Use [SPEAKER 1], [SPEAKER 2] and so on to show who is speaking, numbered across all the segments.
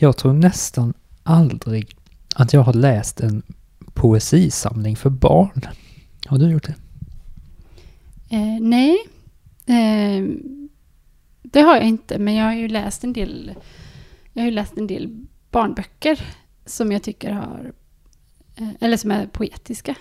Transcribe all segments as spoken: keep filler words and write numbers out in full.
[SPEAKER 1] Jag tror nästan aldrig att jag har läst en poesisamling för barn. Har du gjort det?
[SPEAKER 2] Eh, nej, eh, det har jag inte. Men jag har ju läst en del, jag har ju läst en del barnböcker som jag tycker har, eh, eller som är poetiska.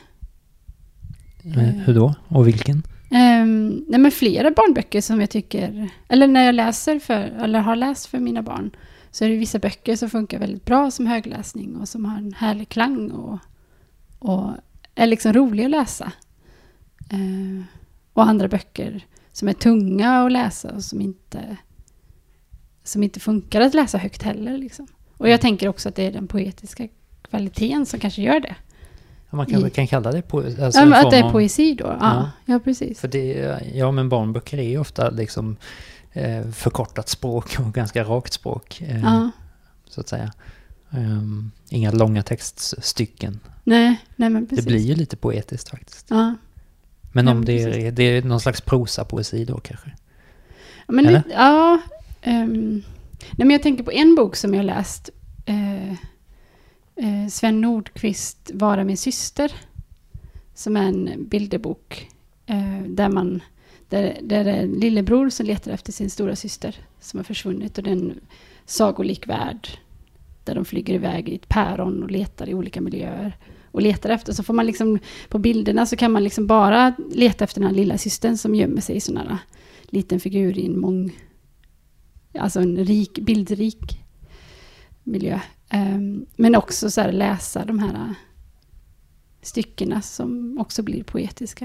[SPEAKER 1] Eh, hur då? Och vilken?
[SPEAKER 2] Eh, nej, men flera barnböcker som jag tycker, eller när jag läser för, eller har läst för mina barn, så är det vissa böcker som funkar väldigt bra som högläsning och som har en härlig klang och, och är liksom roliga att läsa. Eh, och andra böcker som är tunga att läsa och som inte, som inte funkar att läsa högt heller. Liksom. Och jag tänker också att det är den poetiska kvaliteten som kanske gör det.
[SPEAKER 1] Ja, man kan,
[SPEAKER 2] I,
[SPEAKER 1] kan kalla det poesi. Alltså
[SPEAKER 2] ja, att det är poesi då. Ja,
[SPEAKER 1] ja.
[SPEAKER 2] ja precis.
[SPEAKER 1] För det, ja, men barnböcker är ju ofta liksom eh, förkortat språk och ganska rakt språk. Eh,
[SPEAKER 2] Ja.
[SPEAKER 1] Så att säga. Um, inga långa textstycken.
[SPEAKER 2] Nej, nej men precis.
[SPEAKER 1] Det blir ju lite poetiskt faktiskt.
[SPEAKER 2] Ja.
[SPEAKER 1] Men
[SPEAKER 2] Ja,
[SPEAKER 1] om det
[SPEAKER 2] precis.
[SPEAKER 1] är, det är någon slags prosa-poesi då kanske?
[SPEAKER 2] Ja, men
[SPEAKER 1] Eller?
[SPEAKER 2] lite, ja um, nej, men jag tänker på en bok som jag läst. Eh, eh, Sven Nordqvist, Vara min syster. Som är en bilderbok. Eh, där man där, där det är en lillebror som letar efter sin stora syster som har försvunnit. Och det är en sagolik värld. Där de flyger iväg i ett päron och letar i olika miljöer. Och letar efter. Så får man liksom, på bilderna så kan man liksom bara leta efter den här lilla systern som gömmer sig i sån här liten figur i en mång, alltså en rik, bildrik miljö. Um, men också så här läsa de här styckena som också blir poetiska.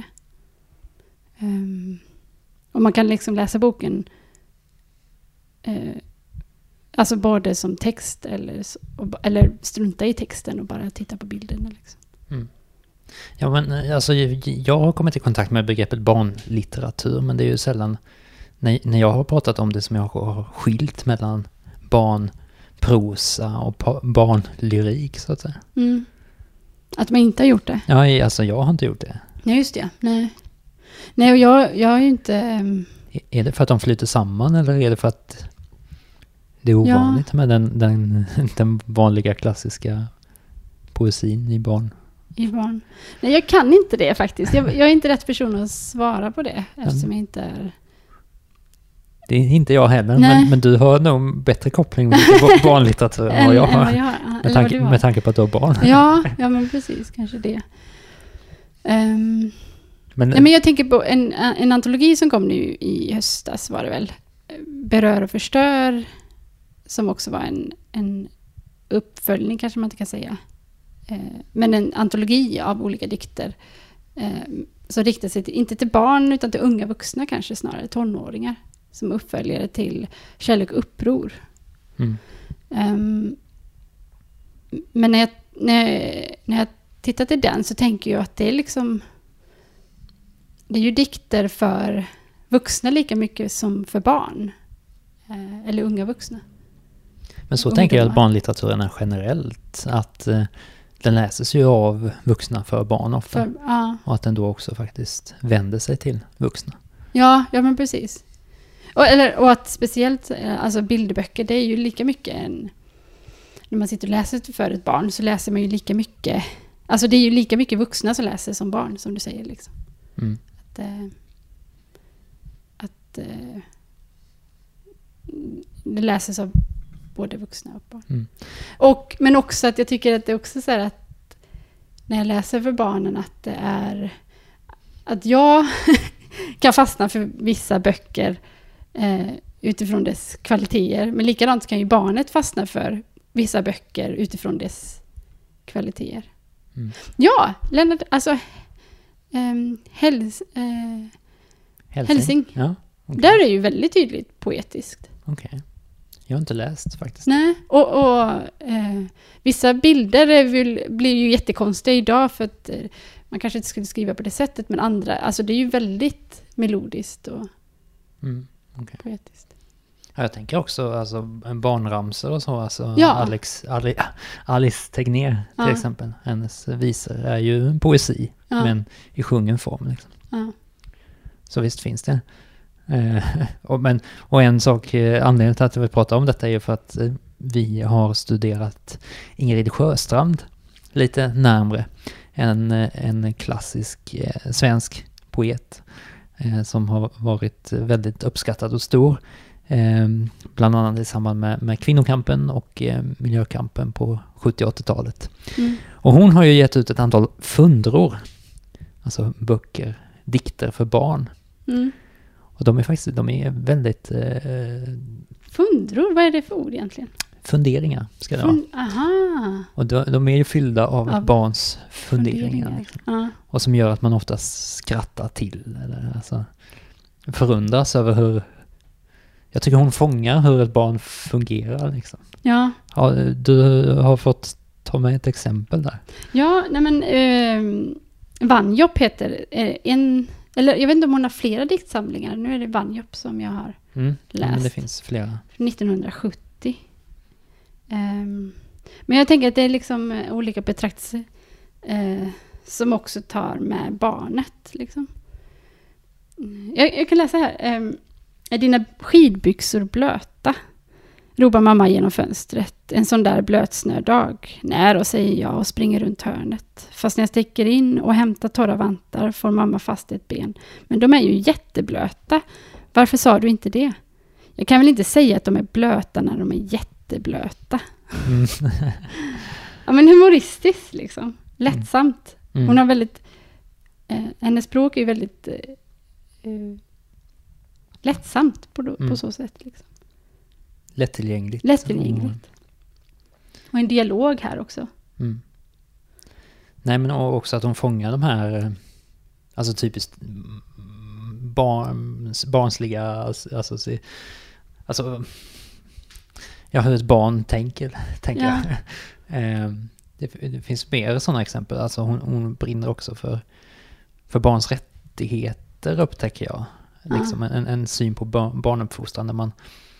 [SPEAKER 2] Um, och man kan liksom läsa boken uh, alltså både som text eller, eller strunta i texten och bara titta på bilderna. Liksom.
[SPEAKER 1] Mm. Ja, men alltså, jag har kommit i kontakt med begreppet barnlitteratur, men det är ju sällan när, när jag har pratat om det som jag har skilt mellan barnprosa och pa- barnlyrik så att säga.
[SPEAKER 2] Mm. Att man inte har gjort det?
[SPEAKER 1] Ja, alltså jag har inte gjort det.
[SPEAKER 2] Nej, just det. Nej, Nej och jag, jag är ju inte... Um...
[SPEAKER 1] Är det för att de flyter samman eller är det för att det är ovanligt ja. med den, den, den vanliga klassiska poesin i barn?
[SPEAKER 2] I barn. Nej, jag kan inte det faktiskt. Jag, jag är inte rätt person att svara på det eftersom jag inte är...
[SPEAKER 1] Det är inte jag heller, men, men du har nog bättre koppling med barnlitteratur än vad jag har.
[SPEAKER 2] Jag har.
[SPEAKER 1] Med, tanke, med tanke på att du har barn.
[SPEAKER 2] Ja, ja men precis, kanske det. Um,
[SPEAKER 1] men,
[SPEAKER 2] nej, men jag tänker på en, en antologi som kom nu i höstas var det väl. Berör och förstör. Som också var en, en uppföljning kanske man inte kan säga. Eh, men en antologi av olika dikter. Eh, som riktar sig till, inte till barn utan till unga vuxna kanske snarare, tonåringar. Som uppföljare till Kärlek och uppror. Mm. Um, men när jag, när, jag, när jag tittar till den så tänker jag att det är liksom... Det är ju dikter för vuxna lika mycket som för barn. Eh, eller unga vuxna.
[SPEAKER 1] Men så tänker jag att barnlitteraturen är generellt. Att eh, den läses ju av vuxna för barn ofta.
[SPEAKER 2] För, ja.
[SPEAKER 1] Och att den då också faktiskt vänder sig till vuxna.
[SPEAKER 2] Ja, ja men precis. Och, eller, och att speciellt alltså bilderböcker, det är ju lika mycket en... När man sitter och läser för ett barn så läser man ju lika mycket... Alltså det är ju lika mycket vuxna som läser som barn, som du säger. Liksom.
[SPEAKER 1] Mm.
[SPEAKER 2] Att... Eh, att eh, det läses av både vuxna och barn. Mm. Och, men också att jag tycker att det är också så här att när jag läser för barnen att det är... Att jag kan fastna för vissa böcker eh, utifrån dess kvaliteter. Men likadant kan ju barnet fastna för vissa böcker utifrån dess kvaliteter. Mm. Ja, Lennart, alltså um, Häls, uh,
[SPEAKER 1] Hälsing.
[SPEAKER 2] Hälsing.
[SPEAKER 1] Ja, okay.
[SPEAKER 2] Där är ju väldigt tydligt poetiskt.
[SPEAKER 1] Okej. Okay. Jag har inte läst faktiskt.
[SPEAKER 2] Nej, och, och uh, vissa bilder vill, blir ju jättekonstiga idag för att uh, man kanske inte skulle skriva på det sättet, men andra, alltså det är ju väldigt melodiskt och
[SPEAKER 1] mm, okay.
[SPEAKER 2] poetiskt.
[SPEAKER 1] Ja, jag tänker också alltså, barnramsor och så. Alltså,
[SPEAKER 2] ja.
[SPEAKER 1] Alex, Ali, Alice Tegnér till
[SPEAKER 2] ja.
[SPEAKER 1] exempel. Hennes visor är ju en poesi, ja. men i sjungen form. Liksom.
[SPEAKER 2] Ja.
[SPEAKER 1] Så visst finns det. Eh, och, men, och en sak, anledningen till att jag vill prata om detta är ju för att eh, vi har studerat Ingrid Sjöstrand lite närmre. En, en klassisk eh, svensk poet eh, som har varit väldigt uppskattad och stor. Eh, bland annat i samband med, med kvinnokampen och eh, miljökampen på sjuttio- och åttiotalet. Mm. Och hon har ju gett ut ett antal fundror. Alltså böcker, dikter för barn. Mm. Och de är faktiskt de är väldigt... Eh,
[SPEAKER 2] fundror? Vad är det för ord egentligen?
[SPEAKER 1] Funderingar ska det vara.
[SPEAKER 2] Fund- Aha.
[SPEAKER 1] Och de, de är ju fyllda av, av barns funderingar. funderingar. Liksom.
[SPEAKER 2] Ja.
[SPEAKER 1] Och som gör att man ofta skrattar till. Eller alltså, förundras över hur... Jag tycker hon fångar hur ett barn fungerar. Liksom.
[SPEAKER 2] Ja.
[SPEAKER 1] Ja, du har fått ta med ett exempel där.
[SPEAKER 2] Ja, nej men... Eh, Vanjop heter eh, en... Eller jag vet inte om hon har flera diktsamlingar. Nu är det Vanjop som jag har
[SPEAKER 1] mm,
[SPEAKER 2] läst.
[SPEAKER 1] Men det finns flera.
[SPEAKER 2] nittonhundrasjuttio. Um, men jag tänker att det är liksom uh, olika betraktelser uh, som också tar med barnet. Liksom. Mm. Jag, jag kan läsa här. Um, är dina skidbyxor blöta? Ropar mamma genom fönstret. En sån där blötsnödag. Nej då, säger jag och springer runt hörnet. Fast när jag sticker in och hämtar torra vantar får mamma fast ett ben. Men de är ju jätteblöta. Varför sa du inte det? Jag kan väl inte säga att de är blöta när de är jätteblöta. Mm. Ja, men humoristiskt liksom. Lättsamt. Mm. Hon har väldigt... Eh, hennes språk är ju väldigt... Eh, eh, lättsamt på, mm. på så sätt liksom.
[SPEAKER 1] Lättillgängligt.
[SPEAKER 2] Lättillgängligt. Mm. Och en dialog här också.
[SPEAKER 1] Mm. Nej, men också att de fångar de här alltså typiskt barns, barnsliga alltså, alltså jag hör ett barn tänker, tänker
[SPEAKER 2] ja.
[SPEAKER 1] jag. det, det finns mer sådana exempel. Alltså hon, hon brinner också för, för barns rättigheter, upptäcker jag. Ja. Liksom en, en syn på barn, barnuppfostran där man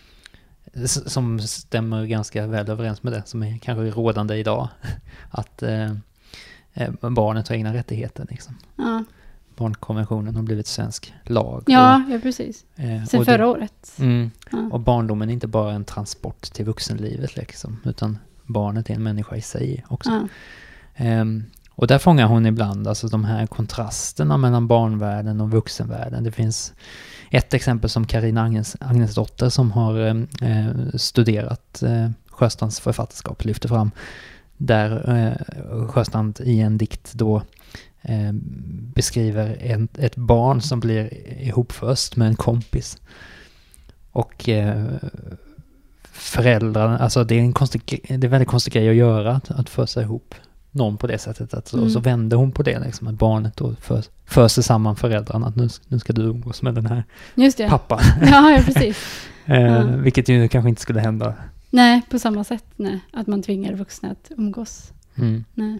[SPEAKER 1] som stämmer ganska väl överens med det som är kanske rådande idag. Att eh, barnet har egna rättigheter. Liksom.
[SPEAKER 2] Ja.
[SPEAKER 1] Barnkonventionen har blivit svensk lag.
[SPEAKER 2] Ja,
[SPEAKER 1] och,
[SPEAKER 2] ja precis.
[SPEAKER 1] Eh,
[SPEAKER 2] Sen förra
[SPEAKER 1] det,
[SPEAKER 2] året.
[SPEAKER 1] Mm,
[SPEAKER 2] ja.
[SPEAKER 1] Och barndomen är inte bara en transport till vuxenlivet liksom, utan barnet är en människa i sig också.
[SPEAKER 2] Ja.
[SPEAKER 1] Eh, och där fångar hon ibland alltså de här kontrasterna mellan barnvärlden och vuxenvärlden. Det finns ett exempel som Carina Agnes, Agnesdotter som har eh, studerat eh, Sjöstrands författarskap lyfter fram. Där eh, Sjöstrand i en dikt då eh, beskriver en, ett barn som blir ihopföst med en kompis. Och eh, föräldrarna, alltså det är en konstig, det är väldigt konstig grej att göra att, att fösa ihop någon på det sättet. Att, mm. Och så vänder hon på det liksom, att barnet då för, för sig samman föräldrarna att nu, nu ska du umgås med den här
[SPEAKER 2] Just det.
[SPEAKER 1] pappan.
[SPEAKER 2] Ja, ja precis.
[SPEAKER 1] eh,
[SPEAKER 2] ja.
[SPEAKER 1] Vilket ju kanske inte skulle hända.
[SPEAKER 2] Nej, på samma sätt. Nej. Att man tvingar vuxna att umgås.
[SPEAKER 1] Mm.
[SPEAKER 2] Nej.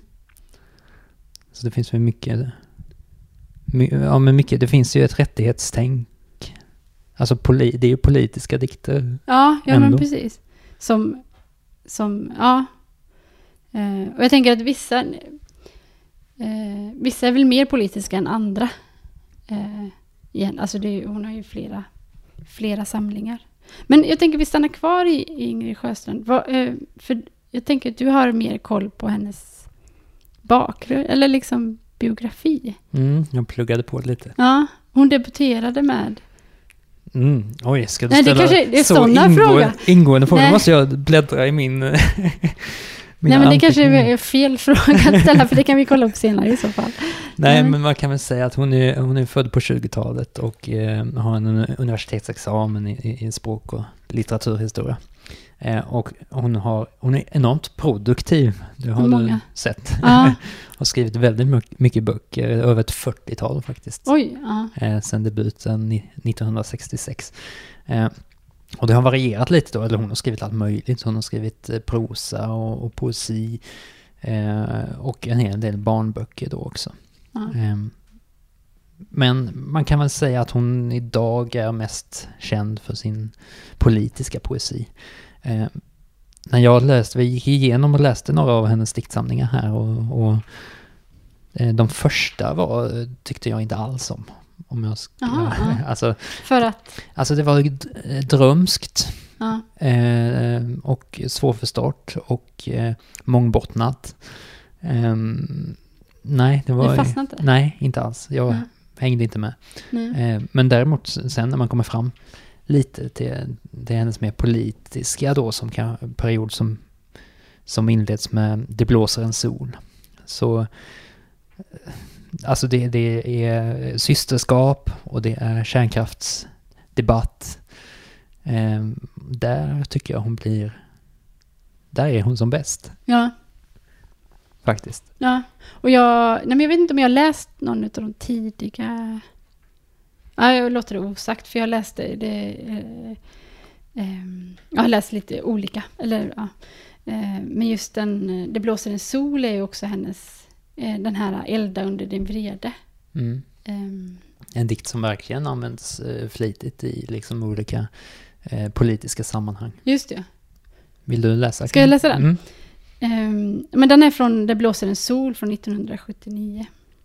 [SPEAKER 1] Så det finns väl mycket, my, ja men mycket, det finns ju ett rättighetstänk. Alltså poli, det är ju politiska dikter.
[SPEAKER 2] Ja, ja
[SPEAKER 1] ändå.
[SPEAKER 2] Men precis. Som, som ja. Eh, och jag tänker att vissa eh, vissa är väl mer politiska än andra. Eh, igen. Alltså det är, hon har ju flera, flera samlingar. Men jag tänker vi stannar kvar i, i Ingrid Sjöstrand. Vad, eh, för jag tänker att du har mer koll på hennes bakgrund, eller liksom biografi.
[SPEAKER 1] Mm, jag pluggade på lite.
[SPEAKER 2] Ja, hon debuterade med...
[SPEAKER 1] Mm, oj, ska du
[SPEAKER 2] Nej,
[SPEAKER 1] ställa
[SPEAKER 2] det kanske, det är
[SPEAKER 1] så
[SPEAKER 2] sådana
[SPEAKER 1] ingå,
[SPEAKER 2] frågor.
[SPEAKER 1] ingående frågor? Då måste jag bläddra i min... Nej,
[SPEAKER 2] men det kanske är fel fråga att ställa, för det kan vi kolla upp senare i så fall.
[SPEAKER 1] Nej, mm. men man kan väl säga att hon är, hon är född på tjugotalet och eh, har en universitetsexamen i, i språk- och litteraturhistoria. Eh, och hon, har, hon är enormt produktiv, det har
[SPEAKER 2] Många.
[SPEAKER 1] du sett.
[SPEAKER 2] Ja.
[SPEAKER 1] Har skrivit väldigt mycket, mycket böcker, över ett fyrtiotal faktiskt.
[SPEAKER 2] Oj, ja.
[SPEAKER 1] Eh, sen debuten nittonhundrasextiosex. Eh, och det har varierat lite då, eller hon har skrivit allt möjligt. Hon har skrivit eh, prosa och, och poesi eh, och en hel del barnböcker då också.
[SPEAKER 2] Ja.
[SPEAKER 1] Eh, men man kan väl säga att hon idag är mest känd för sin politiska poesi. Eh, när jag läste, vi gick igenom och läste några av hennes diktsamlingar här och, och eh, de första var, tyckte jag inte alls om. Om jag ska,
[SPEAKER 2] Aha, ja.
[SPEAKER 1] alltså,
[SPEAKER 2] för att?
[SPEAKER 1] Alltså det var drömskt.
[SPEAKER 2] Ja.
[SPEAKER 1] Eh, och svårförstått och eh, mångbottnat. Eh, nej, det var...
[SPEAKER 2] Det fastnade inte?
[SPEAKER 1] Nej, inte alls. Jag
[SPEAKER 2] Nej.
[SPEAKER 1] hängde inte med.
[SPEAKER 2] Nej.
[SPEAKER 1] Eh, men däremot sen när man kommer fram lite till, till hennes mer politiska då, som kan, period som, som inleds med Det blåser en sol. Så alltså det, det är systerskap och det är kärnkraftsdebatt. Eh, där tycker jag hon blir... Där är hon som bäst.
[SPEAKER 2] Ja.
[SPEAKER 1] Faktiskt.
[SPEAKER 2] Ja. Och jag... Nej, men jag vet inte om jag har läst någon av de tidiga... Ja, jag låter det osagt. För jag läste det... Eh, eh, jag har läst lite olika. Eller, ja. eh, men just den... Det blåser en sol är ju också hennes... Eh, den här Elda under din vrede.
[SPEAKER 1] Mm.
[SPEAKER 2] Um,
[SPEAKER 1] En dikt som verkligen används eh, flitigt i liksom olika eh, politiska sammanhang.
[SPEAKER 2] Just det.
[SPEAKER 1] Vill du läsa?
[SPEAKER 2] Ska jag läsa den?
[SPEAKER 1] Mm.
[SPEAKER 2] Um, men den är från Det blåser en sol från nittonhundrasjuttionio.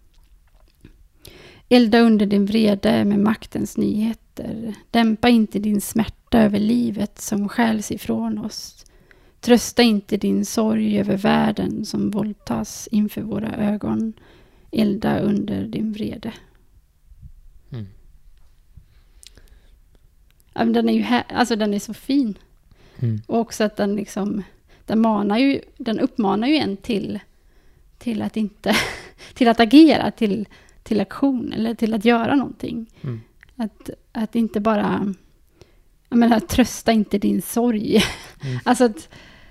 [SPEAKER 2] Elda under din vrede med maktens nyheter. Dämpa inte din smärta över livet som skäls ifrån oss. Trösta inte din sorg över världen som våldtas inför våra ögon. Elda under din vrede.
[SPEAKER 1] Mm.
[SPEAKER 2] Ja, men den är ju här, alltså den är så fin.
[SPEAKER 1] Mm.
[SPEAKER 2] Och också att den liksom den manar ju, den uppmanar ju en till till att inte till att agera, till till aktion eller till att göra någonting.
[SPEAKER 1] Mm.
[SPEAKER 2] Att att inte bara jag menar trösta inte din sorg.
[SPEAKER 1] Mm.
[SPEAKER 2] Alltså att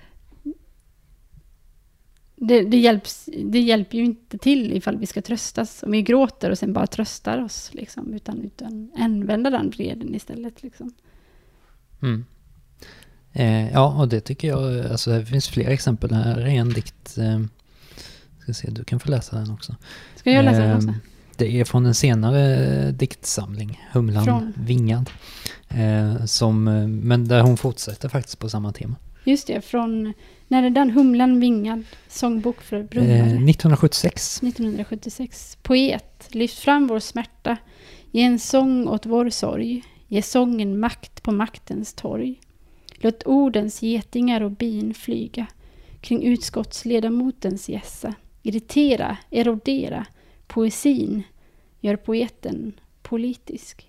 [SPEAKER 2] det, det, hjälps, det hjälper ju inte till ifall vi ska tröstas. Om vi gråter och sen bara tröstar oss. Liksom, utan, utan använda den vreden istället. Liksom.
[SPEAKER 1] Mm. Eh, ja, och det tycker jag... Alltså det finns fler exempel. Här är en dikt... Eh, ska se, du kan få läsa den också.
[SPEAKER 2] Ska jag läsa
[SPEAKER 1] eh,
[SPEAKER 2] den också?
[SPEAKER 1] Det är från en senare diktsamling. Humlan
[SPEAKER 2] Från?
[SPEAKER 1] vingad. Eh, som, men där hon fortsätter faktiskt på samma tema.
[SPEAKER 2] Just det, från... När är den Humlan vingad? Sångbok för brunnare.
[SPEAKER 1] Eh, nittonhundrasjuttiosex.
[SPEAKER 2] nittonhundrasjuttiosex. Poet, lyft fram vår smärta. Ge en sång åt vår sorg. Ge sången makt på maktens torg. Låt ordens getingar och bin flyga. Kring utskottsledamotens gässa. Irritera, erodera. Poesin gör poeten politisk.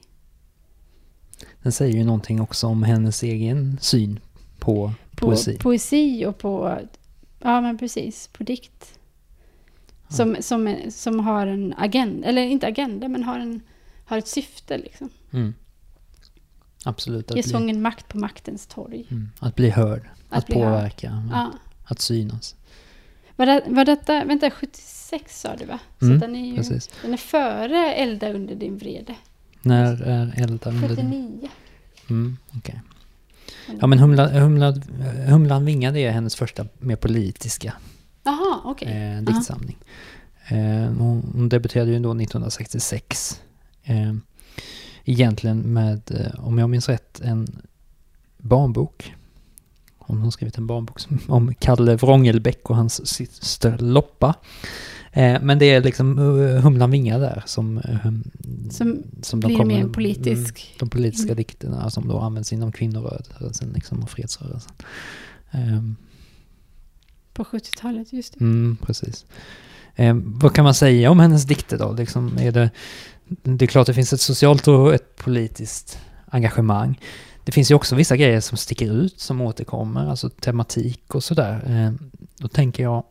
[SPEAKER 1] Den säger ju någonting också om hennes egen syn på,
[SPEAKER 2] På
[SPEAKER 1] poesi.
[SPEAKER 2] poesi och på... Ja, men precis. På dikt.
[SPEAKER 1] Ja.
[SPEAKER 2] Som, som, som har en agenda. Eller inte agenda, men har, en, har ett syfte. Liksom.
[SPEAKER 1] Mm. Absolut. Att
[SPEAKER 2] Ge
[SPEAKER 1] bli,
[SPEAKER 2] sången makt på maktens torg.
[SPEAKER 1] mm, att bli hörd. Att,
[SPEAKER 2] Att bli
[SPEAKER 1] påverka.
[SPEAKER 2] hörd.
[SPEAKER 1] mm,
[SPEAKER 2] Ja.
[SPEAKER 1] Att synas.
[SPEAKER 2] Var, det, var detta... Vänta, sjuttiosex sa du va? Så
[SPEAKER 1] Mm,
[SPEAKER 2] den är ju...
[SPEAKER 1] Precis.
[SPEAKER 2] Den är före Elda under din vrede.
[SPEAKER 1] När är Elda under din...
[SPEAKER 2] sjuttionio.
[SPEAKER 1] Mm, okej. Ja, men Humla, Humla, Humlan vingad är hennes första mer politiska
[SPEAKER 2] Jaha, okej.
[SPEAKER 1] eh, diktsamling. Eh, hon, hon debuterade ju då nittonhundrasextiosex. Eh, egentligen med, eh, om jag minns rätt, en barnbok. Hon har skrivit en barnbok som, om Kalle Wrångelbäck och hans syster Loppa. Eh, men det är liksom uh, Humlan vingad där som, uh,
[SPEAKER 2] Som
[SPEAKER 1] som
[SPEAKER 2] blir
[SPEAKER 1] kommer,
[SPEAKER 2] mer politisk.
[SPEAKER 1] Mm, de politiska
[SPEAKER 2] Mm.
[SPEAKER 1] dikterna som då används inom kvinnorörelsen liksom, och fredsrörelsen. Um,
[SPEAKER 2] På sjuttiotalet, just det.
[SPEAKER 1] mm, precis. Um, vad kan man säga om hennes dikter då? Liksom, är det, det är klart det finns ett socialt och ett politiskt engagemang. Det finns ju också vissa grejer som sticker ut, som återkommer, alltså tematik och sådär. Um, då tänker jag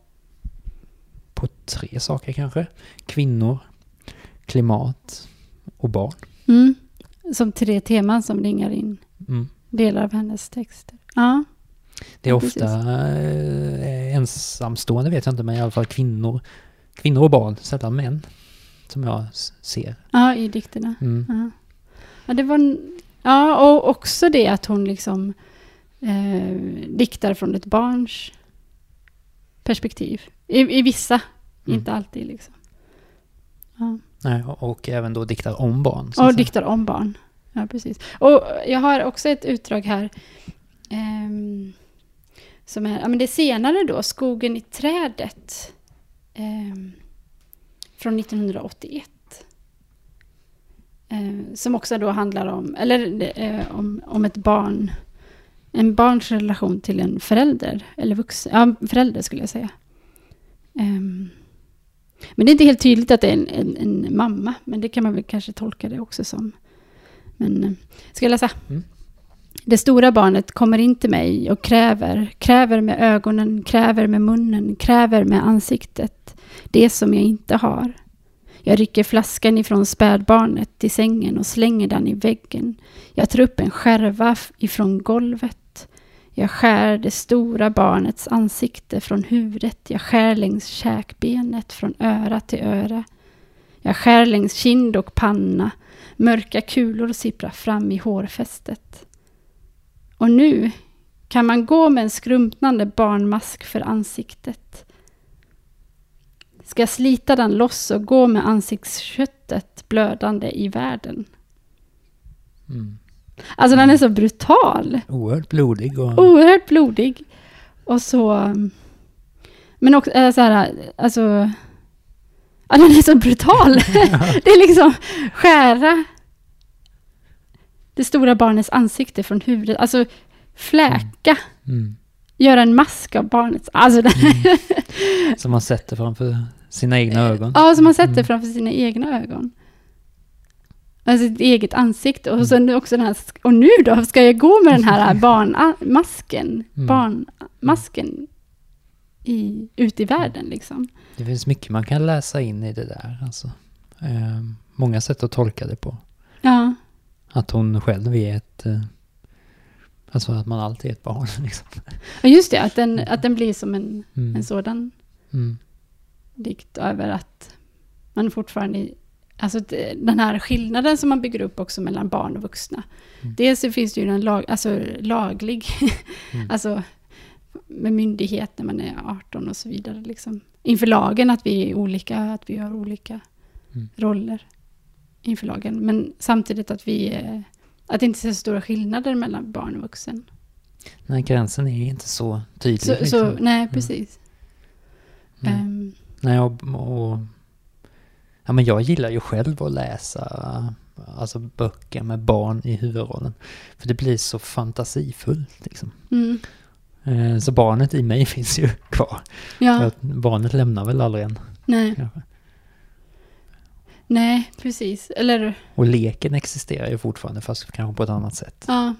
[SPEAKER 1] på tre saker kanske. Kvinnor, klimat och barn.
[SPEAKER 2] Mm. Som tre teman som ringar in
[SPEAKER 1] Mm.
[SPEAKER 2] delar av hennes texter. Ja.
[SPEAKER 1] Det är
[SPEAKER 2] Ja,
[SPEAKER 1] ofta eh, ensamstående, vet jag inte, men i alla fall kvinnor, kvinnor och barn, sällan män, som jag s- ser.
[SPEAKER 2] Ja, i dikterna.
[SPEAKER 1] Mm.
[SPEAKER 2] Ja. Ja, det var en, ja, och också det att hon liksom eh, diktar från ett barns perspektiv. I, i vissa,
[SPEAKER 1] Mm.
[SPEAKER 2] inte alltid liksom. Ja.
[SPEAKER 1] Nej, och, och även då diktar om barn. så
[SPEAKER 2] Och
[SPEAKER 1] att säga.
[SPEAKER 2] diktar om barn. Ja, precis. Och jag har också ett utdrag här ehm, som är, ja men det är senare då, Skogen i trädet ehm, från nittonhundraåttioett. Ehm, som också då handlar om, eller eh, om, om ett barn en barns relation till en förälder. Eller vuxen, ja, förälder skulle jag säga. Um, men det är inte helt tydligt att det är en, en, en mamma. Men det kan man väl kanske tolka det också som. Men ska jag läsa? Mm. Det stora barnet kommer in till mig och kräver. Kräver med ögonen, kräver med munnen, kräver med ansiktet. Det som jag inte har. Jag rycker flaskan ifrån spädbarnet i sängen och slänger den i väggen. Jag tar upp en skärva ifrån golvet. Jag skär det stora barnets ansikte från huvudet. Jag skär längs käkbenet från öra till öra. Jag skär längs kind och panna. Mörka kulor sipprar fram i hårfästet. Och nu kan man gå med en skrumpnande barnmask för ansiktet. Ska slita den loss och gå med ansiktsköttet blödande i världen.
[SPEAKER 1] Mm.
[SPEAKER 2] Alltså den är så brutal.
[SPEAKER 1] Oerhört blodig. Och...
[SPEAKER 2] Oerhört blodig. Och så... Men också äh, så här, alltså... Ja, den är så brutal. Det är liksom skära det stora barnets ansikte från huvudet. Alltså fläka.
[SPEAKER 1] Mm. Mm.
[SPEAKER 2] Göra en mask av barnets... Alltså den...
[SPEAKER 1] mm. Som man sätter framför sina egna ögon.
[SPEAKER 2] Ja, som man sätter mm. framför sina egna ögon. Alltså sitt eget ansikte. Och, sen också den här, och nu då ska jag gå med den här barnmasken. Mm. Barnmasken i, ut i världen liksom.
[SPEAKER 1] Det finns mycket man kan läsa in i det där. Alltså. Eh, många sätt att tolka det på.
[SPEAKER 2] Ja.
[SPEAKER 1] Att hon själv är ett... Eh, alltså att man alltid är ett barn. Liksom.
[SPEAKER 2] Ja, just det. Att den, att den blir som en,
[SPEAKER 1] mm.
[SPEAKER 2] en sådan
[SPEAKER 1] mm.
[SPEAKER 2] dikt över att man fortfarande... Alltså den här skillnaden som man bygger upp också mellan barn och vuxna. Mm. Dels så finns det ju en lag, alltså laglig... mm. alltså med myndighet när man är arton och så vidare. Liksom. Inför lagen att vi är olika, att vi har olika mm. roller inför lagen. Men samtidigt att vi att det inte är så stora skillnader mellan barn och vuxen.
[SPEAKER 1] Nej, gränsen är inte så tydlig.
[SPEAKER 2] Så,
[SPEAKER 1] liksom.
[SPEAKER 2] så, nej, precis.
[SPEAKER 1] Mm.
[SPEAKER 2] Um,
[SPEAKER 1] nej, och, och ja, men jag gillar ju själv att läsa alltså böcker med barn i huvudrollen. För det blir så fantasifullt liksom.
[SPEAKER 2] Mm.
[SPEAKER 1] Så barnet i mig finns ju kvar.
[SPEAKER 2] Ja.
[SPEAKER 1] För att barnet lämnar väl aldrig en.
[SPEAKER 2] Nej.
[SPEAKER 1] Kanske.
[SPEAKER 2] Nej, precis. Eller...
[SPEAKER 1] Och leken existerar ju fortfarande fast kanske på ett annat sätt.
[SPEAKER 2] Ja.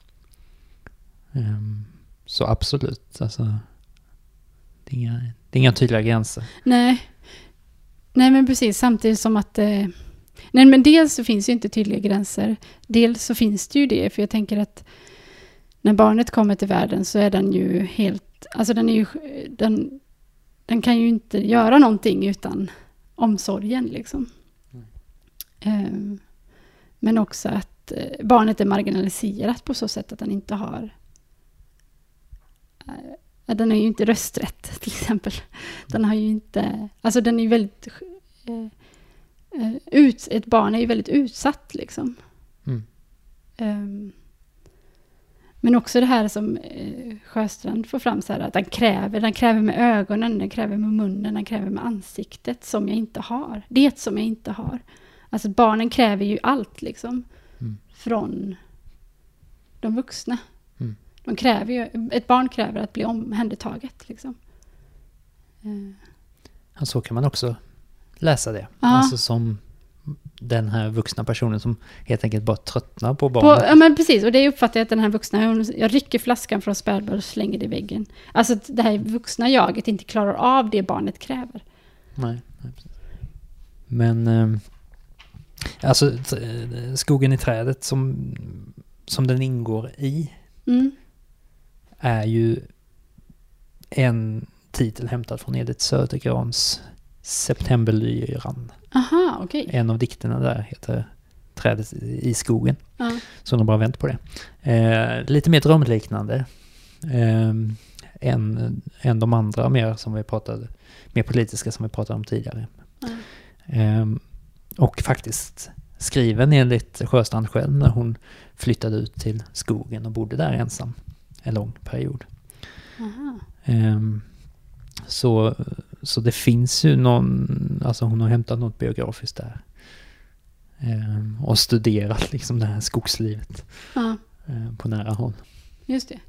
[SPEAKER 1] Um, så absolut. Alltså, det, är inga, det är inga tydliga gränser.
[SPEAKER 2] Nej. Nej, men precis. Samtidigt som att... Eh... Nej, men dels så finns ju inte tydliga gränser. Dels så finns det ju det. För jag tänker att när barnet kommer till världen så är den ju helt... Alltså den är ju... Den, den kan ju inte göra någonting utan omsorgen liksom. Mm. Um, men också att uh, barnet är marginaliserat på så sätt att den inte har... Uh, den har ju inte rösträtt till exempel. Den har ju inte... Alltså den är ju väldigt... Uh, uh, ut, ett barn är ju väldigt utsatt liksom.
[SPEAKER 1] Mm.
[SPEAKER 2] Um, Men också det här som eh, Sjöstrand får fram så här att den kräver, den kräver med ögonen, den kräver med munnen, den kräver med ansiktet som jag inte har. Det som jag inte har. Alltså barnen kräver ju allt liksom
[SPEAKER 1] mm.
[SPEAKER 2] från de vuxna.
[SPEAKER 1] Mm.
[SPEAKER 2] De kräver ju, ett barn kräver att bli omhändertaget liksom. Eh.
[SPEAKER 1] Ja, så kan man också läsa det.
[SPEAKER 2] Ja.
[SPEAKER 1] Alltså som den här vuxna personen som helt enkelt bara tröttnar på barnet.
[SPEAKER 2] På, ja men precis, och det uppfattar jag att den här vuxna, hon, jag rycker flaskan från spädbarn och slänger det i väggen. Alltså att det här vuxna jaget inte klarar av det barnet kräver.
[SPEAKER 1] Nej, nej precis. Men eh, alltså t- skogen i trädet som, som den ingår i
[SPEAKER 2] mm.
[SPEAKER 1] är ju en titel hämtad från Edith Södergrans Septemberlyran.
[SPEAKER 2] Aha, okej. Okay.
[SPEAKER 1] En av dikterna där heter Trädet i skogen.
[SPEAKER 2] Ja.
[SPEAKER 1] Så de bara vänt på det. Eh, lite mer drömliknande eh, än, än de andra mer som vi pratade, mer politiska som vi pratade om tidigare.
[SPEAKER 2] Ja.
[SPEAKER 1] Eh, och faktiskt skriven enligt Sjöstrand själv när hon flyttade ut till skogen och bodde där ensam en lång period.
[SPEAKER 2] Aha.
[SPEAKER 1] Eh, så, så det finns ju någon, alltså hon har hämtat något biografiskt där. Eh, och studerat liksom det här skogslivet
[SPEAKER 2] Ja.
[SPEAKER 1] eh, på nära håll.
[SPEAKER 2] Just det.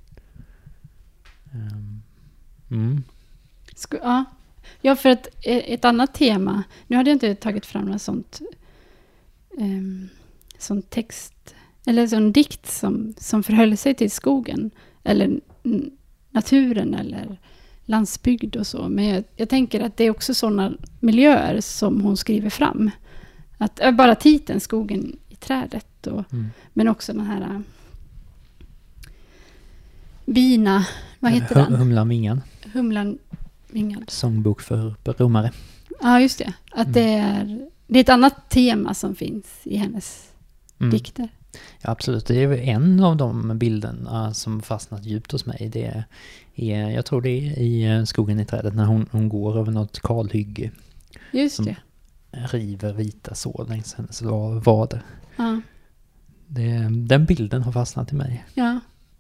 [SPEAKER 1] Um, mm.
[SPEAKER 2] Sk- ja. ja, för att ett annat tema, nu hade jag inte tagit fram något sånt um, sån text, eller sån dikt som, som förhöll sig till skogen, eller n- naturen, eller landsbygd och så. Men jag, jag tänker att det är också sådana miljöer som hon skriver fram. Att, bara titeln, skogen i trädet, och,
[SPEAKER 1] Mm.
[SPEAKER 2] men också den här uh, bina, vad heter
[SPEAKER 1] Hum-
[SPEAKER 2] den?
[SPEAKER 1] Humlan Vingan.
[SPEAKER 2] Humlan Vingan.
[SPEAKER 1] Sångbok för romare.
[SPEAKER 2] Ja, just det. Att
[SPEAKER 1] Mm.
[SPEAKER 2] det, är, det är ett annat tema som finns i hennes
[SPEAKER 1] Mm.
[SPEAKER 2] dikter.
[SPEAKER 1] Ja, absolut. Det är väl en av de bilderna som fastnat djupt hos mig. Det är, jag tror det är i skogen i trädet när hon, hon går över något kalhygge.
[SPEAKER 2] Just
[SPEAKER 1] Som-
[SPEAKER 2] det.
[SPEAKER 1] River vita sår längs hennes va- vader.
[SPEAKER 2] Ja.
[SPEAKER 1] Det, den bilden har fastnat i mig.
[SPEAKER 2] Ja.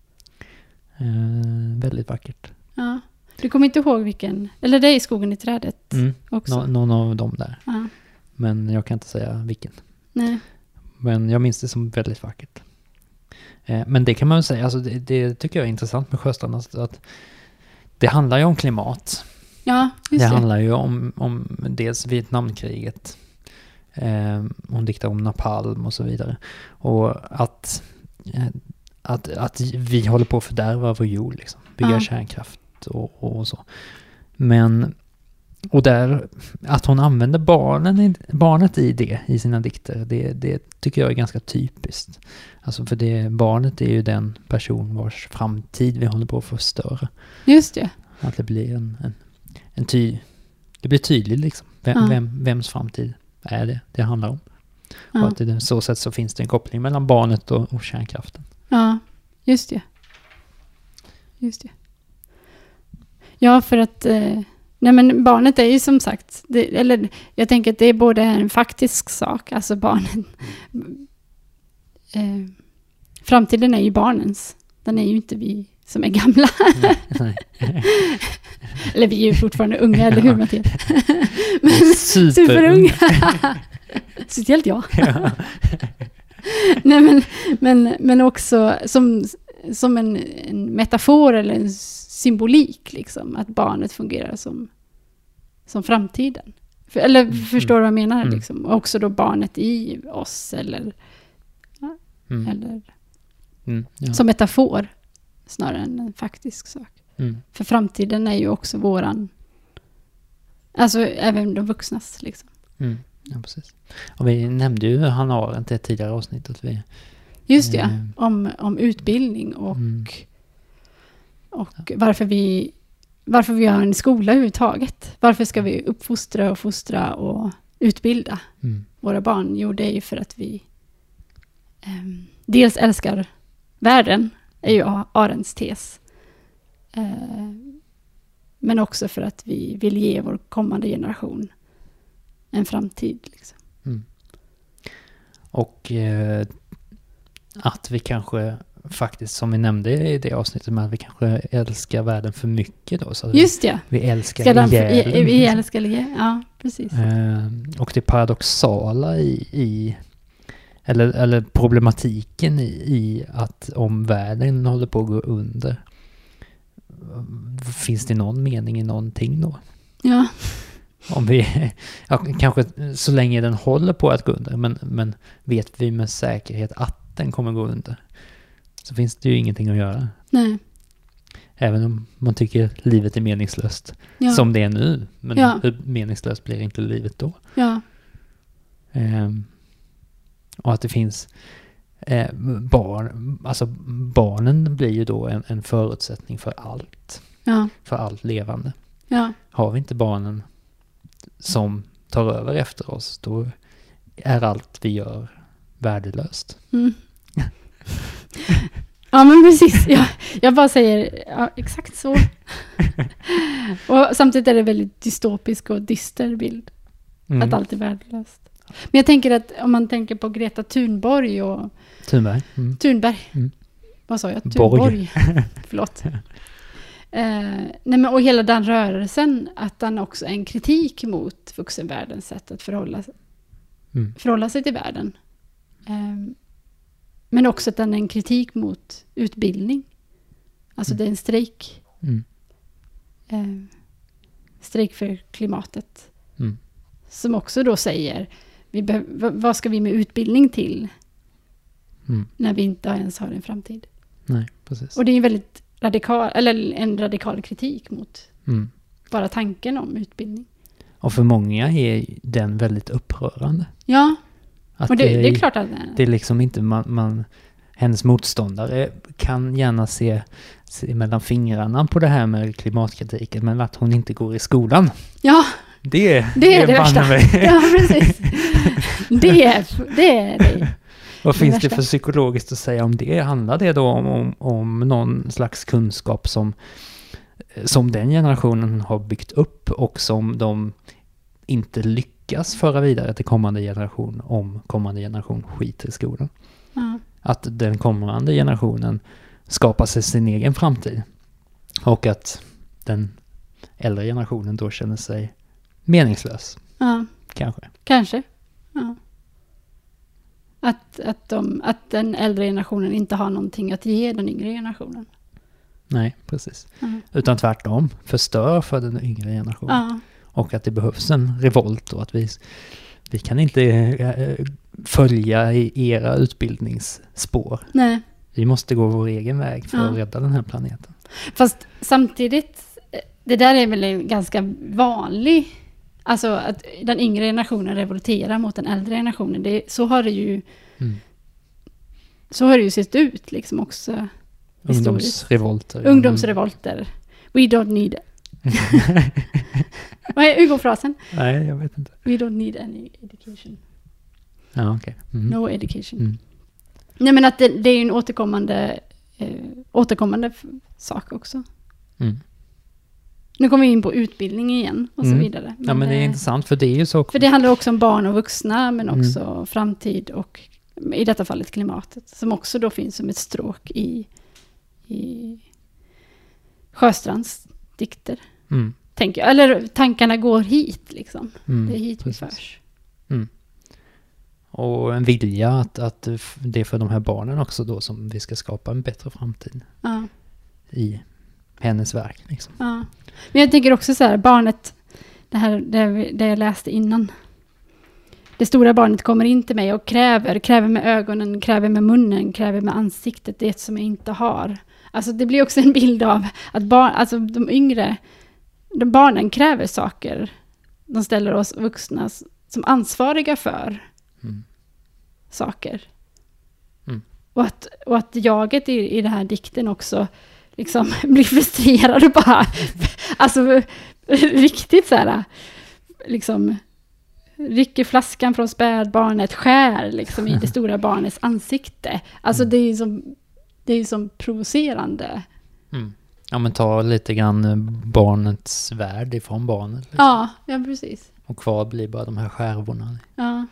[SPEAKER 1] Eh, väldigt vackert.
[SPEAKER 2] Ja. Du kommer inte ihåg vilken, eller det är i skogen i trädet
[SPEAKER 1] Mm.
[SPEAKER 2] också.
[SPEAKER 1] Nå, någon av dem där.
[SPEAKER 2] Ja.
[SPEAKER 1] Men jag kan inte säga vilken.
[SPEAKER 2] Nej.
[SPEAKER 1] Men jag minns det som väldigt vackert. Eh, men det kan man väl säga, alltså det, det tycker jag är intressant med Sjöstrand, att, att det handlar ju om klimat.
[SPEAKER 2] Ja, just
[SPEAKER 1] Det
[SPEAKER 2] det.
[SPEAKER 1] handlar ju om, om dels Vietnamkriget. Eh, hon diktar om napalm och så vidare. Och att, eh, att, att vi håller på att fördärva vår jord, liksom. Bygga
[SPEAKER 2] Ja.
[SPEAKER 1] kärnkraft och, och så. Men, och där, att hon använder barnen i, barnet i det, i sina dikter, det, det tycker jag är ganska typiskt. Alltså för det, barnet är ju den person vars framtid vi håller på att förstöra.
[SPEAKER 2] Just det.
[SPEAKER 1] Att det blir en, en, en ty, det blir tydligt liksom. Vem,
[SPEAKER 2] Ja.
[SPEAKER 1] vem, vems framtid är det det handlar om? Och
[SPEAKER 2] Ja.
[SPEAKER 1] att det, så sätt så finns det en koppling mellan barnet och, och kärnkraften.
[SPEAKER 2] Ja, just det. Just det. Ja, för att eh, nej, men barnet är ju som sagt, det, eller jag tänker att det är både en faktisk sak, alltså barnen. Eh, framtiden är ju barnens. Den är ju inte vi som är gamla.
[SPEAKER 1] Nej.
[SPEAKER 2] Eller vi är ju fortfarande unga, eller hur Mattias? Men
[SPEAKER 1] Superunga.
[SPEAKER 2] superunga. Speciellt jag.
[SPEAKER 1] Ja.
[SPEAKER 2] Nej, men, men, men också som, som en, en metafor eller en symbolik, liksom, att barnet fungerar som, som framtiden. För, eller
[SPEAKER 1] Mm.
[SPEAKER 2] förstår du vad jag menar?
[SPEAKER 1] Mm.
[SPEAKER 2] Liksom? Och också då barnet i oss, eller,
[SPEAKER 1] Mm.
[SPEAKER 2] eller
[SPEAKER 1] Mm. Ja.
[SPEAKER 2] som metafor snarare än en faktisk sak.
[SPEAKER 1] Mm.
[SPEAKER 2] För framtiden är ju också våran, alltså även de vuxnas, liksom.
[SPEAKER 1] Mm. Ja, precis. Och vi nämnde ju Hannah Arendt i ett tidigare avsnitt att vi...
[SPEAKER 2] Just det,
[SPEAKER 1] Mm.
[SPEAKER 2] om, om utbildning och,
[SPEAKER 1] Mm.
[SPEAKER 2] och varför vi varför vi har en skola överhuvudtaget. Varför ska vi uppfostra och fostra och utbilda
[SPEAKER 1] Mm.
[SPEAKER 2] våra barn? Jo, det är ju för att vi um, dels älskar världen, är ju Arendts tes. Uh, men också för att vi vill ge vår kommande generation en framtid. Liksom.
[SPEAKER 1] Mm. Och eh, att vi kanske faktiskt, som vi nämnde i det avsnittet, med att vi kanske älskar världen för mycket då. Så att
[SPEAKER 2] Just det.
[SPEAKER 1] vi, vi älskar
[SPEAKER 2] Ska den,
[SPEAKER 1] ihjäl den,
[SPEAKER 2] vi
[SPEAKER 1] liksom.
[SPEAKER 2] älskar ihjäl, ja, precis.
[SPEAKER 1] Eh, och det paradoxala i, i eller, eller problematiken i, i att om världen håller på att gå under, finns det någon mening i någonting då?
[SPEAKER 2] Ja,
[SPEAKER 1] Om vi, ja, kanske så länge den håller på att gå under, men, men vet vi med säkerhet att den kommer gå under, så finns det ju ingenting att göra.
[SPEAKER 2] nej.
[SPEAKER 1] Även om man tycker livet är meningslöst,
[SPEAKER 2] Ja,
[SPEAKER 1] som det är nu. Men
[SPEAKER 2] Ja.
[SPEAKER 1] hur meningslöst blir inte livet då?
[SPEAKER 2] ja,
[SPEAKER 1] Ehm, och att det finns eh, barn, alltså barnen blir ju då en, en förutsättning för allt,
[SPEAKER 2] ja,
[SPEAKER 1] för allt levande.
[SPEAKER 2] ja,
[SPEAKER 1] Har vi inte barnen som tar över efter oss, då är allt vi gör värdelöst.
[SPEAKER 2] mm. Ja, men precis. Jag, jag bara säger ja, exakt så. Och samtidigt är det väldigt dystopisk och dyster bild.
[SPEAKER 1] Mm.
[SPEAKER 2] Att allt är värdelöst. Men jag tänker att om man tänker på Greta Thunborg och
[SPEAKER 1] Thunberg. Mm.
[SPEAKER 2] Thunberg.
[SPEAKER 1] Mm.
[SPEAKER 2] Vad sa jag?
[SPEAKER 1] Borg.
[SPEAKER 2] Thunborg. Förlåt. Eh, nej men, och hela den rörelsen, att den också är en kritik mot vuxenvärldens sätt att förhålla,
[SPEAKER 1] Mm.
[SPEAKER 2] förhålla sig till världen. Eh, men också att den är en kritik mot utbildning. Alltså
[SPEAKER 1] Mm.
[SPEAKER 2] det är en strejk.
[SPEAKER 1] Mm.
[SPEAKER 2] Eh, strejk för klimatet.
[SPEAKER 1] Mm.
[SPEAKER 2] Som också då säger, vi be- v- vad ska vi med utbildning till
[SPEAKER 1] Mm.
[SPEAKER 2] när vi inte ens har en framtid?
[SPEAKER 1] Nej, precis.
[SPEAKER 2] Och det är en väldigt radikal, eller en radikal kritik mot
[SPEAKER 1] Mm.
[SPEAKER 2] bara tanken om utbildning.
[SPEAKER 1] Och för många är den väldigt upprörande.
[SPEAKER 2] Ja,
[SPEAKER 1] Att
[SPEAKER 2] och det, det är klart att
[SPEAKER 1] det är liksom inte man, man hennes motståndare kan gärna se, se mellan fingrarna på det här med klimatkritiken, men att hon inte går i skolan.
[SPEAKER 2] ja,
[SPEAKER 1] Det,
[SPEAKER 2] det är det
[SPEAKER 1] banne
[SPEAKER 2] värsta.
[SPEAKER 1] mig.
[SPEAKER 2] Ja, precis. Det är det. Är det.
[SPEAKER 1] Vad
[SPEAKER 2] det
[SPEAKER 1] finns
[SPEAKER 2] värsta.
[SPEAKER 1] det för psykologiskt att säga om det? Handlar det då om, om, om någon slags kunskap som, som den generationen har byggt upp och som de inte lyckas föra vidare till kommande generation om kommande generation skiter i skolan?
[SPEAKER 2] Ja.
[SPEAKER 1] Att den kommande generationen skapar sig sin egen framtid. Och att den äldre generationen då känner sig meningslös.
[SPEAKER 2] Ja,
[SPEAKER 1] Kanske.
[SPEAKER 2] kanske. Ja. Att, att, de, att den äldre generationen inte har någonting att ge den yngre generationen.
[SPEAKER 1] Nej, precis.
[SPEAKER 2] Ja.
[SPEAKER 1] Utan tvärtom. Förstör för den yngre generationen.
[SPEAKER 2] Ja.
[SPEAKER 1] Och att det behövs en revolt och att vi, vi kan inte äh, följa i era utbildningsspår.
[SPEAKER 2] Nej.
[SPEAKER 1] Vi måste gå vår egen väg för
[SPEAKER 2] Ja.
[SPEAKER 1] att rädda den här planeten.
[SPEAKER 2] Fast samtidigt, det där är väl en ganska vanlig, alltså att den yngre generationen revolterar mot den äldre generationen. Det, så har det ju
[SPEAKER 1] Mm.
[SPEAKER 2] så har det ju sett ut liksom också. Historiskt.
[SPEAKER 1] Ungdomsrevolter.
[SPEAKER 2] Ungdomsrevolter. We don't need Vad är, hur går frasen?
[SPEAKER 1] Nej, jag vet inte.
[SPEAKER 2] We don't need any education.
[SPEAKER 1] Ja, okej. Okay. Mm.
[SPEAKER 2] No education.
[SPEAKER 1] Mm.
[SPEAKER 2] Nej, men att det, det är ju en återkommande eh, återkommande f- sak också.
[SPEAKER 1] Mm.
[SPEAKER 2] Nu kommer vi in på utbildning igen och
[SPEAKER 1] Mm.
[SPEAKER 2] så vidare.
[SPEAKER 1] Ja, men det är
[SPEAKER 2] eh,
[SPEAKER 1] intressant för det är ju så.
[SPEAKER 2] För det handlar också om barn och vuxna, men
[SPEAKER 1] Mm.
[SPEAKER 2] också framtid och i detta fallet klimatet. Som också då finns som ett stråk i, i Sjöstrands dikter.
[SPEAKER 1] Mm.
[SPEAKER 2] Tänker jag. Eller tankarna går hit liksom.
[SPEAKER 1] Mm.
[SPEAKER 2] Det är hit vi
[SPEAKER 1] Precis.
[SPEAKER 2] förs.
[SPEAKER 1] Mm. Och en vilja att, att det är för de här barnen också då som vi ska skapa en bättre framtid
[SPEAKER 2] Ja,
[SPEAKER 1] i hennes verk. Liksom.
[SPEAKER 2] ja. Men jag tänker också så här, barnet, det här det, vi- det jag läste innan. Det stora barnet kommer in till mig och kräver, kräver med ögonen, kräver med munnen, kräver med ansiktet, det som jag inte har. Alltså det blir också en bild av att barn, alltså de yngre, de barnen kräver saker. De ställer oss vuxna s- som ansvariga för
[SPEAKER 1] Mm.
[SPEAKER 2] saker.
[SPEAKER 1] Mm.
[SPEAKER 2] Och, att, och att jaget i, i den här dikten också liksom blir frustrerad och bara, alltså riktigt så här, liksom rycker flaskan från spädbarnet, skär liksom i det stora barnets ansikte. Alltså
[SPEAKER 1] Mm.
[SPEAKER 2] det är ju som, det är ju som provocerande.
[SPEAKER 1] Mm. Ja, men ta lite grann barnets värld ifrån barnet. Liksom.
[SPEAKER 2] Ja, ja precis.
[SPEAKER 1] Och kvar blir bara de här skärvorna.
[SPEAKER 2] Ja.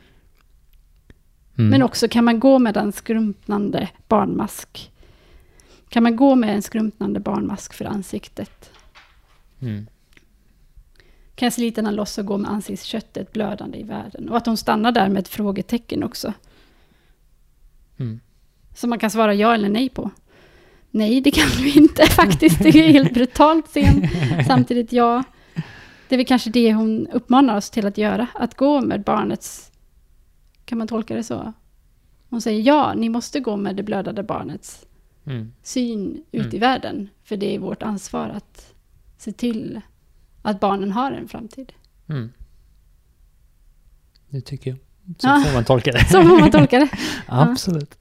[SPEAKER 1] Mm.
[SPEAKER 2] Men också kan man gå med en skrumpnande barnmask. Kan man gå med en skrumpnande barnmask för ansiktet?
[SPEAKER 1] Mm.
[SPEAKER 2] Kan jag slita den loss och gå med ansiktsköttet blödande i världen? Och att hon stannar där med ett frågetecken också.
[SPEAKER 1] Mm.
[SPEAKER 2] Som man kan svara ja eller nej på. Nej, det kan du inte faktiskt. Det är helt brutalt sen. Samtidigt ja. Det är väl kanske det hon uppmanar oss till att göra. Att gå med barnets... Kan man tolka det så? Hon säger ja, ni måste gå med det blödande barnets
[SPEAKER 1] Mm.
[SPEAKER 2] syn ut
[SPEAKER 1] Mm.
[SPEAKER 2] i världen. För det är vårt ansvar att se till att barnen har en framtid.
[SPEAKER 1] Mm. Det tycker jag. Så
[SPEAKER 2] Ja.
[SPEAKER 1] får man tolka det.
[SPEAKER 2] Så får man tolka det.
[SPEAKER 1] Absolut.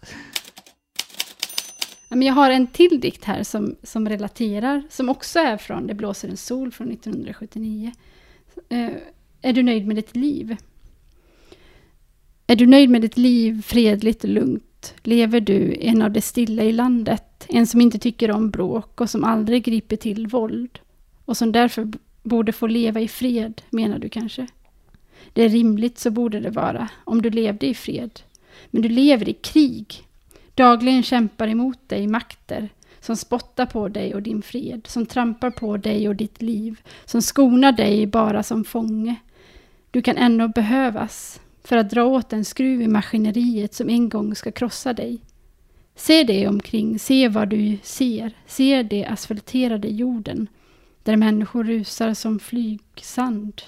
[SPEAKER 2] Ja, men jag har en till dikt här som, som relaterar, som också är från Det blåser en sol från nittonhundrasjuttionio. Eh, är du nöjd med ditt liv? Är du nöjd med ditt liv, fredligt och lugnt? Lever du en av de stilla i landet? En som inte tycker om bråk och som aldrig griper till våld? Och som därför b- borde få leva i fred, menar du kanske? Det är rimligt, så borde det vara, om du levde i fred. Men du lever i krig. Dagligen kämpar emot dig makter som spottar på dig och din fred, som trampar på dig och ditt liv, som skonar dig bara som fånge. Du kan ännu behövas för att dra åt en skruv i maskineriet som en gång ska krossa dig. Se dig omkring, se vad du ser. Se det asfalterade jorden, där människor rusar som flygsand.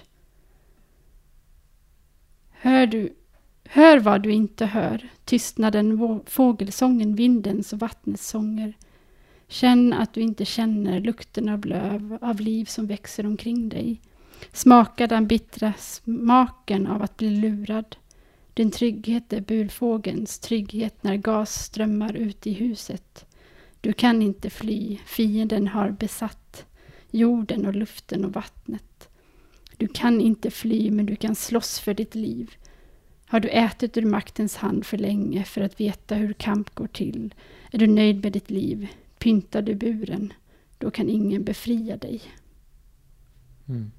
[SPEAKER 2] Hör du, hör vad du inte hör, tystnaden, fågelsången, vindens och vattnets sånger. Känn att du inte känner lukten av löv, av liv som växer omkring dig. Smaka den bittra smaken av att bli lurad. Din trygghet är burfågens trygghet när gas strömmar ut i huset. Du kan inte fly, fienden har besatt jorden och luften och vattnet. Du kan inte fly, men du kan slåss för ditt liv. Har du ätit ur maktens hand för länge för att veta hur kamp går till? Är du nöjd med ditt liv? Pyntar du buren? Då kan ingen befria dig.
[SPEAKER 1] Mm.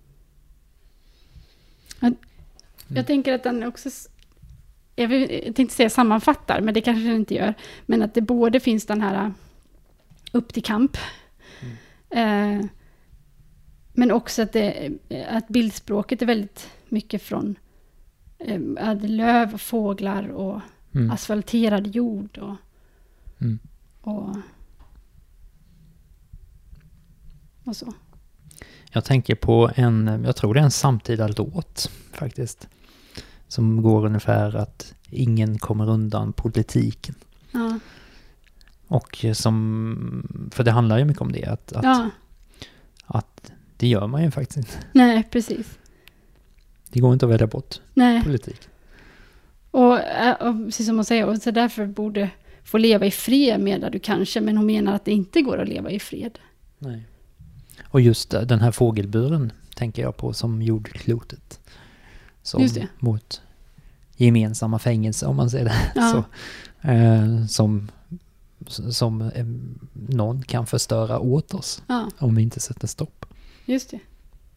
[SPEAKER 2] Jag, jag tänker att den också... Jag, vill, jag tänkte säga sammanfattar, men det kanske den inte gör. Men att det både finns den här upp till kamp. Mm. Eh, men också att, det, att bildspråket är väldigt mycket från eh, löv och fåglar och mm. asfalterad jord. Och, mm. och, och så.
[SPEAKER 1] Jag tänker på en, jag tror det är en samtida låt faktiskt. Som går ungefär att ingen kommer undan politiken.
[SPEAKER 2] Ja.
[SPEAKER 1] Och som, för det handlar ju mycket om det. Att, att,
[SPEAKER 2] ja.
[SPEAKER 1] att det gör man ju faktiskt inte.
[SPEAKER 2] Nej, precis.
[SPEAKER 1] Det går inte att välja bort
[SPEAKER 2] Nej.
[SPEAKER 1] politik.
[SPEAKER 2] Och, och precis som hon säger, och så därför borde få leva i fred med du kanske. Men hon menar att det inte går att leva i fred.
[SPEAKER 1] Nej. Och just den här fågelburen tänker jag på som jordklotet. Som
[SPEAKER 2] just det.
[SPEAKER 1] Mot gemensamma fängelse om man säger det.
[SPEAKER 2] Ja.
[SPEAKER 1] Så, eh, som som eh, någon kan förstöra åt oss
[SPEAKER 2] ja.
[SPEAKER 1] Om vi inte sätter stopp.
[SPEAKER 2] Just det.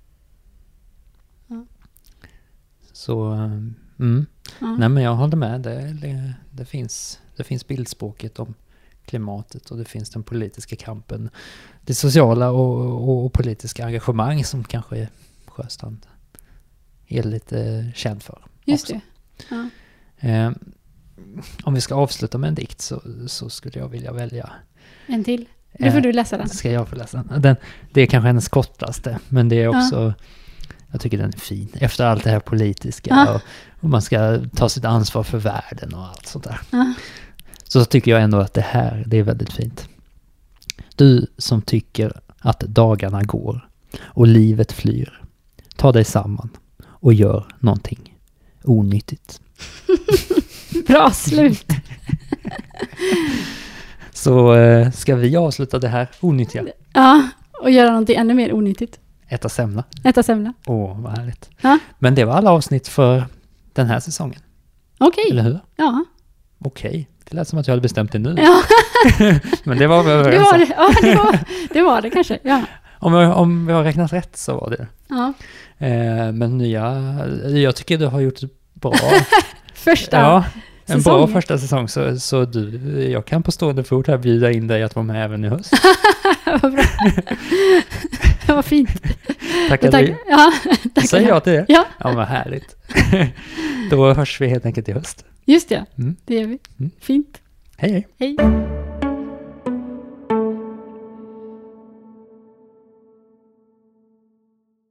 [SPEAKER 2] Ja.
[SPEAKER 1] Så eh, mm.
[SPEAKER 2] ja.
[SPEAKER 1] Nej, men jag håller med. Det, det, det, finns, det finns bildspråket om klimatet och det finns den politiska kampen. Det sociala och, och, och politiska engagemang som kanske Sjöstrand är lite känd för.
[SPEAKER 2] Just
[SPEAKER 1] också.
[SPEAKER 2] det. Ja.
[SPEAKER 1] Eh, om vi ska avsluta med en dikt så, så skulle jag vilja välja
[SPEAKER 2] en till. Då får eh, du läsa den.
[SPEAKER 1] Ska jag få läsa den. den. Det är kanske hennes kortaste, men det är också ja. Jag tycker den är fin. Efter allt det här politiska ja. och, och man ska ta sitt ansvar för världen och allt sånt där.
[SPEAKER 2] Ja.
[SPEAKER 1] Så tycker jag ändå att det här, det är väldigt fint. Du som tycker att dagarna går och livet flyr, ta dig samman och gör någonting onyttigt.
[SPEAKER 2] Bra slut.
[SPEAKER 1] Så äh, ska vi avsluta det här onyttiga?
[SPEAKER 2] Ja, och göra någonting ännu mer onyttigt.
[SPEAKER 1] Äta semla.
[SPEAKER 2] Äta semla.
[SPEAKER 1] Åh, vad härligt.
[SPEAKER 2] Ja.
[SPEAKER 1] Men det var alla avsnitt för den här säsongen.
[SPEAKER 2] Okej.
[SPEAKER 1] Eller hur?
[SPEAKER 2] Ja.
[SPEAKER 1] Okej. Det lät som att jag hade bestämt det nu.
[SPEAKER 2] Ja.
[SPEAKER 1] Men det var vi överens
[SPEAKER 2] det var det. Ja, det var det, var det kanske. Ja.
[SPEAKER 1] Om, jag, om vi har räknat rätt så var det.
[SPEAKER 2] Ja.
[SPEAKER 1] Eh, men nya... Jag tycker du har gjort bra...
[SPEAKER 2] första
[SPEAKER 1] ja, en
[SPEAKER 2] säsong.
[SPEAKER 1] bra första säsong. Så, så du, jag kan på stående fot här bjuda in dig att vara med även i höst.
[SPEAKER 2] Vad bra. Det var fint.
[SPEAKER 1] Tackar
[SPEAKER 2] tack,
[SPEAKER 1] du.
[SPEAKER 2] Ja, tackar.
[SPEAKER 1] Säger jag till det?
[SPEAKER 2] Ja.
[SPEAKER 1] Ja, vad härligt. Då hörs vi helt enkelt i höst.
[SPEAKER 2] Just det,
[SPEAKER 1] mm.
[SPEAKER 2] det gör vi.
[SPEAKER 1] Mm.
[SPEAKER 2] Fint.
[SPEAKER 1] Hej, hej.
[SPEAKER 2] Hej.